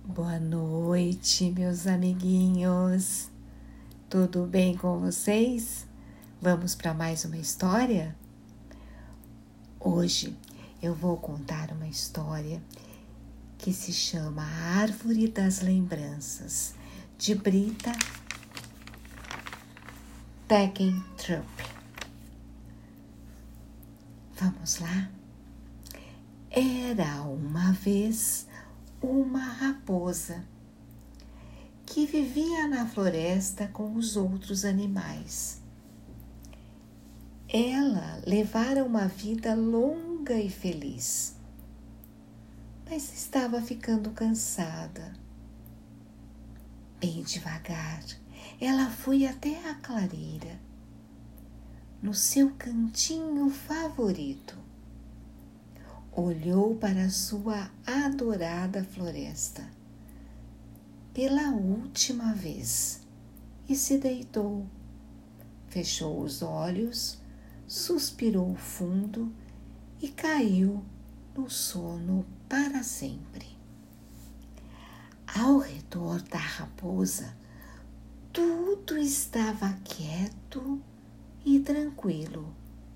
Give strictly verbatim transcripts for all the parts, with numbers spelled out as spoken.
Boa noite, meus amiguinhos. Tudo bem com vocês? Vamos para mais uma história? Hoje eu vou contar uma história que se chama A Árvore das Lembranças, de Britta Teckentrup. Vamos lá? Era uma vez uma raposa que vivia na floresta com os outros animais. Ela levara uma vida longa e feliz, mas estava ficando cansada. Bem devagar, ela foi até a clareira, no seu cantinho favorito. Olhou para sua adorada floresta pela última vez e se deitou. Fechou os olhos, suspirou fundo e caiu no sono para sempre. Ao redor da raposa, tudo estava quieto e tranquilo.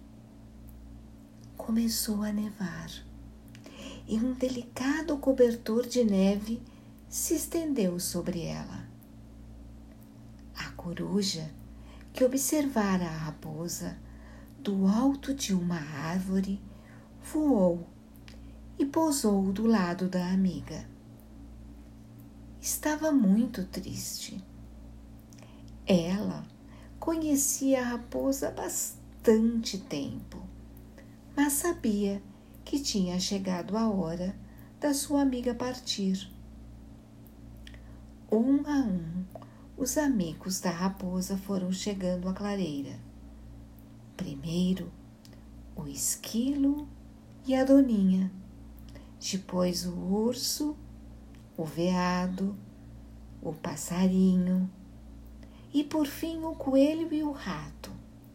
Começou a nevar e um delicado cobertor de neve se estendeu sobre ela. A coruja, que observara a raposa do alto de uma árvore, voou e pousou do lado da amiga. Estava muito triste. Ela conhecia a raposa há bastante tempo, mas sabia que tinha chegado a hora da sua amiga partir. Um a um, os amigos da raposa foram chegando à clareira. Primeiro, o esquilo e a doninha, depois o urso, o veado, o passarinho e, por fim, o coelho e o rato.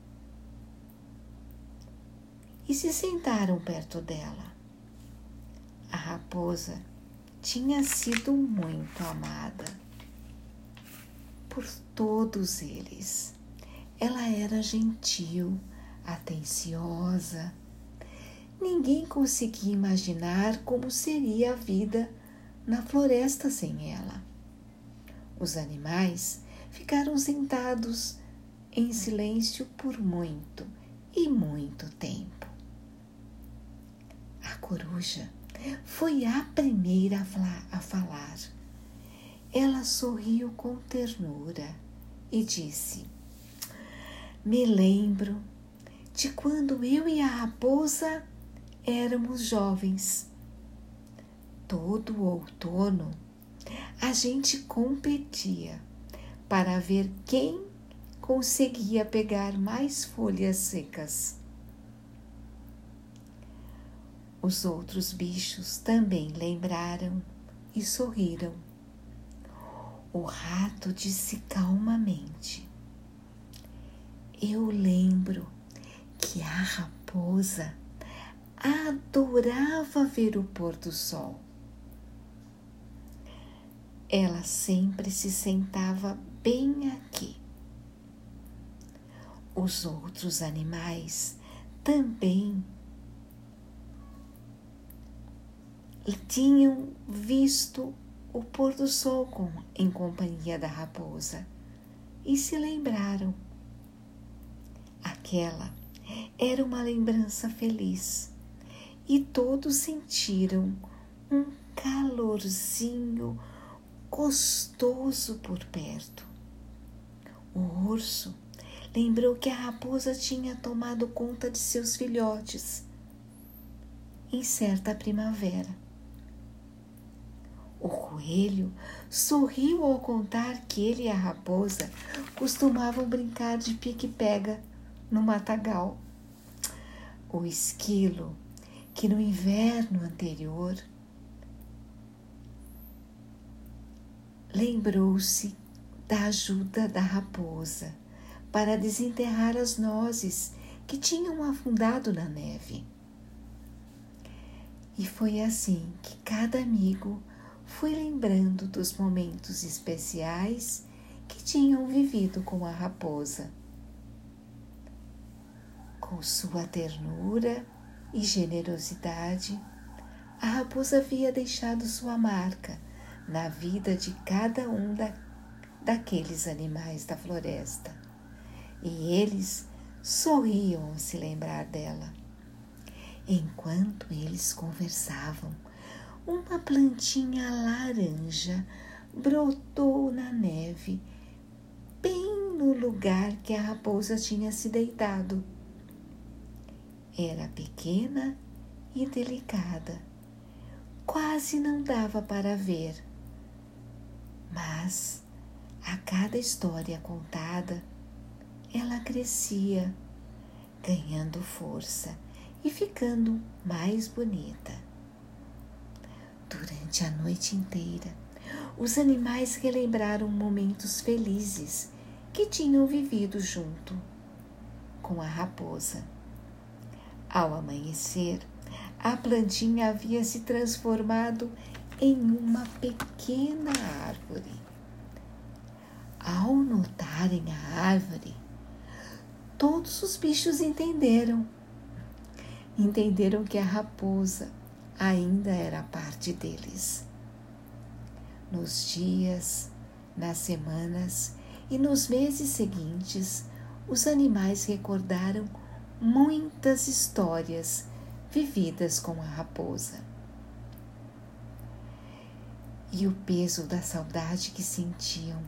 E se sentaram perto dela. A raposa tinha sido muito amada por todos eles. Ela era gentil, atenciosa. Ninguém conseguia imaginar como seria a vida na floresta sem ela. Os animais ficaram sentados em silêncio por muito e muito tempo. A coruja foi a primeira a falar. Ela sorriu com ternura e disse: "Me lembro de quando eu e a raposa éramos jovens. Todo outono a gente competia para ver quem conseguia pegar mais folhas secas. Os outros bichos também lembraram e sorriram. O rato disse calmamente: "Eu lembro que a raposa adorava ver o pôr do sol. Ela sempre se sentava bem aqui. Os outros animais também tinham visto o pôr do sol com, em companhia da raposa e se lembraram. Aquela era uma lembrança feliz e todos sentiram um calorzinho gostoso por perto. O urso lembrou que a raposa tinha tomado conta de seus filhotes em certa primavera. O coelho sorriu ao contar que ele e a raposa costumavam brincar de pique-pega no matagal. O esquilo, que no inverno anterior lembrou-se da ajuda da raposa para desenterrar as nozes que tinham afundado na neve. E foi assim que cada amigo foi lembrando dos momentos especiais que tinham vivido com a raposa. Com sua ternura e generosidade, a raposa havia deixado sua marca na vida de cada um da, daqueles animais da floresta, e eles sorriam ao se lembrar dela. Enquanto eles conversavam, uma plantinha laranja brotou na neve, bem no lugar que a raposa tinha se deitado. Era pequena e delicada, quase não dava para ver, mas a cada história contada, ela crescia, ganhando força e ficando mais bonita. Durante a noite inteira, os animais relembraram momentos felizes que tinham vivido junto com a raposa. Ao amanhecer, a plantinha havia se transformado em uma pequena árvore. Ao notarem a árvore, todos os bichos entenderam. Entenderam que a raposa ainda era parte deles. Nos dias, nas semanas e nos meses seguintes, os animais recordaram muitas histórias vividas com a raposa. E o peso da saudade que sentiam,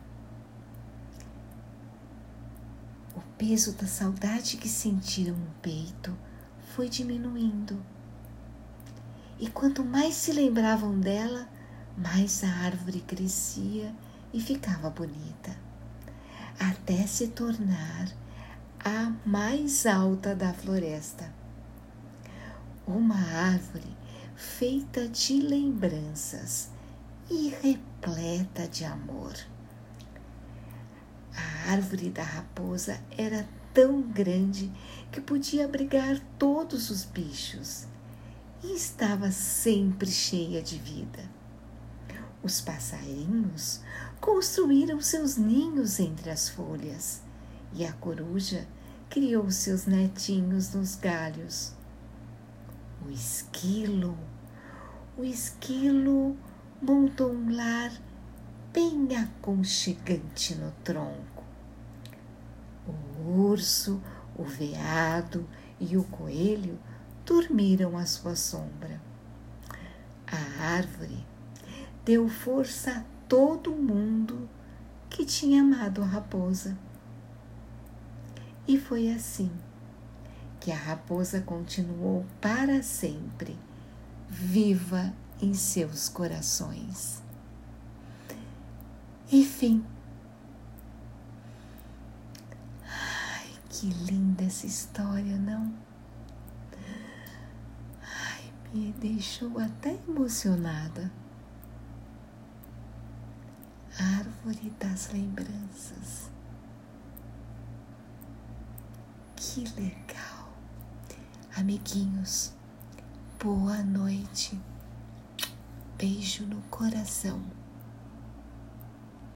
o peso da saudade que sentiram no peito foi diminuindo. E quanto mais se lembravam dela, mais a árvore crescia e ficava bonita, até se tornar a mais alta da floresta. Uma árvore feita de lembranças e repleta de amor. A árvore da raposa era tão grande que podia abrigar todos os bichos e estava sempre cheia de vida. Os passarinhos construíram seus ninhos entre as folhas e a coruja criou seus netinhos nos galhos. O esquilo, o esquilo montou um lar bem aconchegante no tronco. O urso, o veado e o coelho dormiram à sua sombra. A árvore deu força a todo mundo que tinha amado a raposa. E foi assim que a raposa continuou para sempre viva em seus corações. Enfim. Ai, que linda essa história, não? Ai, me deixou até emocionada. Árvore das lembranças. Que legal. Amiguinhos, boa noite. Beijo no coração.